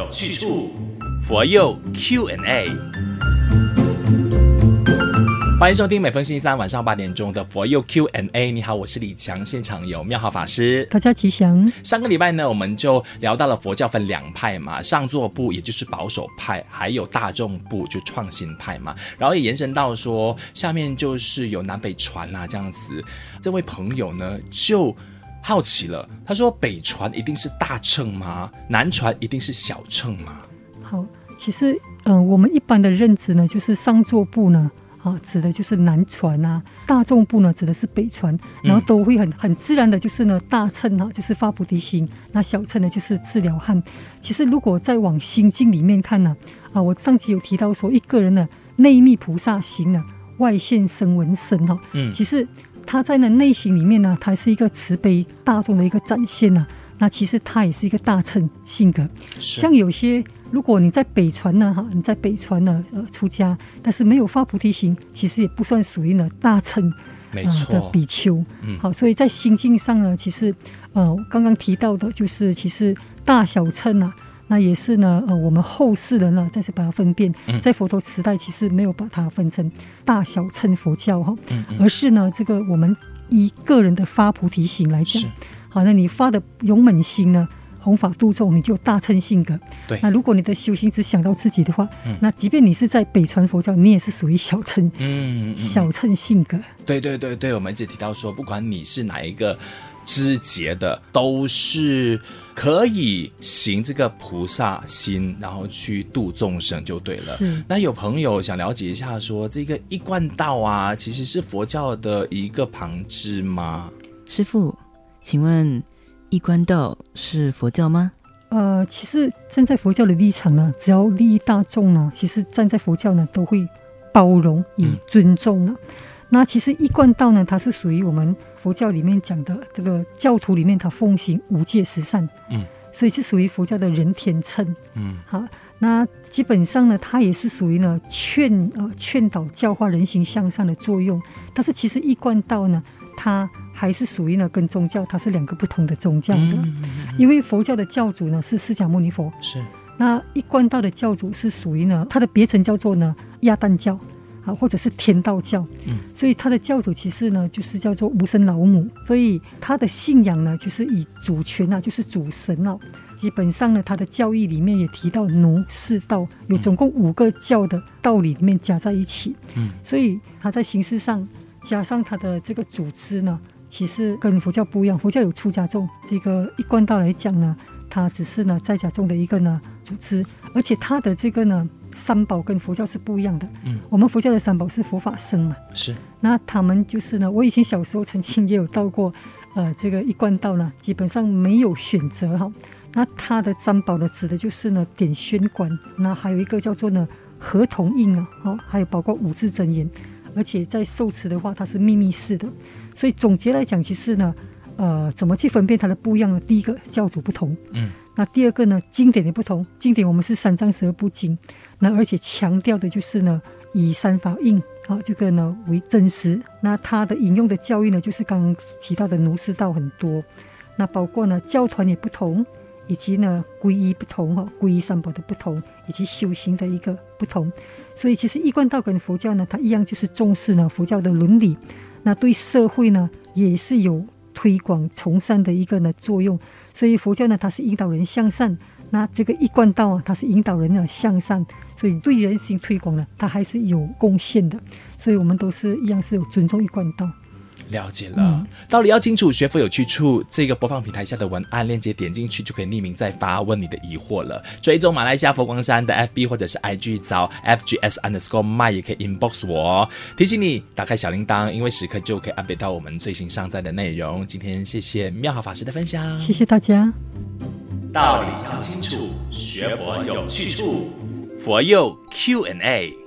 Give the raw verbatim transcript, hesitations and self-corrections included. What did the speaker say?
有去处，佛佑 Q and A。欢迎收听每逢星期三晚上八点钟的佛佑 Q and A。 你好，我是李强，现场有妙好法师。 大家吉祥。 上个礼拜呢，我们就聊到了佛教分两派嘛，上座部也就是保守派，还有大众部就创新派嘛，然后也延伸到说下面就是有南北传啊这样子。这位朋友呢就好奇了，他说北传一定是大乘吗？南传一定是小乘吗？ 好，其实、呃、我们一般的认知呢，就是上座部呢啊，指的就是南传啊，大众部呢指的是北传，然后都会很很自然的就是呢，大乘啊就是发菩提心，那小乘呢就是治疗汉。其实如果再往心经里面看呢，啊，我上集有提到说，一个人呢内密菩萨行呢，外现声闻身哈，嗯，其实他在呢内心里面呢，他是一个慈悲大众的一个展现呢、啊。那其实他也是一个大乘性格，像有些如果你在北传呢，哈，你在北传呢，呃，出家，但是没有发菩提心，其实也不算属于呢大乘， 没错、 呃、的比丘。嗯，好，所以在心境上呢，其实呃，刚刚提到的就是，其实大小乘啊，那也是呢，呃，我们后世人呢，再次把它分辨，嗯、在佛陀时代其实没有把它分成大小乘佛教哈，嗯嗯，而是呢，这个我们以个人的发菩提心来讲。好，那你发的勇猛心呢，弘法度众，你就有大乘性格。 对， 那如果你的修行只想到自己的话，嗯、那即便你是在北传佛教，你也是属于小乘，嗯，嗯小乘性格。 对对对对，我们一直提到说，不管你是哪一个支节的，都是可以行这个菩萨心，然后去度众生就对了。那有朋友想了解一下说，这个一贯道啊，其实是佛教的一个旁支吗？ 师父，请问一贯道是佛教吗？ 呃，其实站在佛教的立场呢，只要利益大众呢，其实站在佛教呢都会包容以尊重呢、嗯、那其实一贯道呢，它是属于我们佛教里面讲的这个教徒里面，它奉行五戒十善，嗯，所以是属于佛教的人天乘，嗯，好，那基本上呢，它也是属于呢劝呃劝导教化人行向上的作用。但是其实一贯道呢，它还是属于呢跟宗教它是两个不同的宗教的、嗯、因为佛教的教主呢是释迦牟尼佛， 是， 那一贯道的教主是属于呢，他的别称叫做呢亚旦教啊，或者是天道教、嗯、所以他的教主其实呢就是叫做无生老母，所以他的信仰呢就是以主权啊，就是主神啊。基本上呢，他的教义里面也提到奴释道，有总共五个教的道理里面加在一起，嗯，所以他在形式上加上他的这个组织呢，其实跟佛教不一样。佛教有出家众，这个一贯道来讲呢，它只是呢在家众的一个呢组织，而且它的这个呢三宝跟佛教是不一样的。嗯，我们佛教的三宝是佛法僧嘛， 是。 那他们就是呢，我以前小时候曾经也有到过，呃，这个一贯道呢，基本上没有选择哈。那它的三宝呢，指的就是呢点宣管，那还有一个叫做呢合同印啊，哦，还有包括五字真言。而且在受持的话，它是秘密式的，所以总结来讲，其实呢，呃，怎么去分辨它的不一样呢？第一个，教主不同，嗯，那第二个呢，经典的不同，经典我们是三藏十二部经，那而且强调的就是呢，以三法印啊，这个呢为真实，那它的引用的教义呢，就是刚刚提到的奴释道很多，那包括呢教团也不同。以及呢皈依不同哈，皈依三宝的不同，以及修行的一个不同，所以其实一贯道跟佛教呢，它一样就是重视呢佛教的伦理，那对社会呢也是有推广崇善的一个呢作用。所以佛教呢，它是引导人向善，那这个一贯道啊，它是引导人呢向善，所以对人行推广呢，它还是有贡献的。所以我们都是一样是有尊重一贯道。 了解了、嗯、道理要清楚，学佛有去处。这个播放平台下的文案链接点进去就可以匿名再发问你的疑惑了。追踪马来西亚佛光山的 F B 或者是 I G 找 F G S underscore my 也可以 inbox 我、哦、提醒你打开小铃铛，因为时刻就可以 update 到我们最新上载的内容。今天谢谢妙好法师的分享， 谢谢大家。 道理要清楚，学佛有去处，佛佑 Q and A。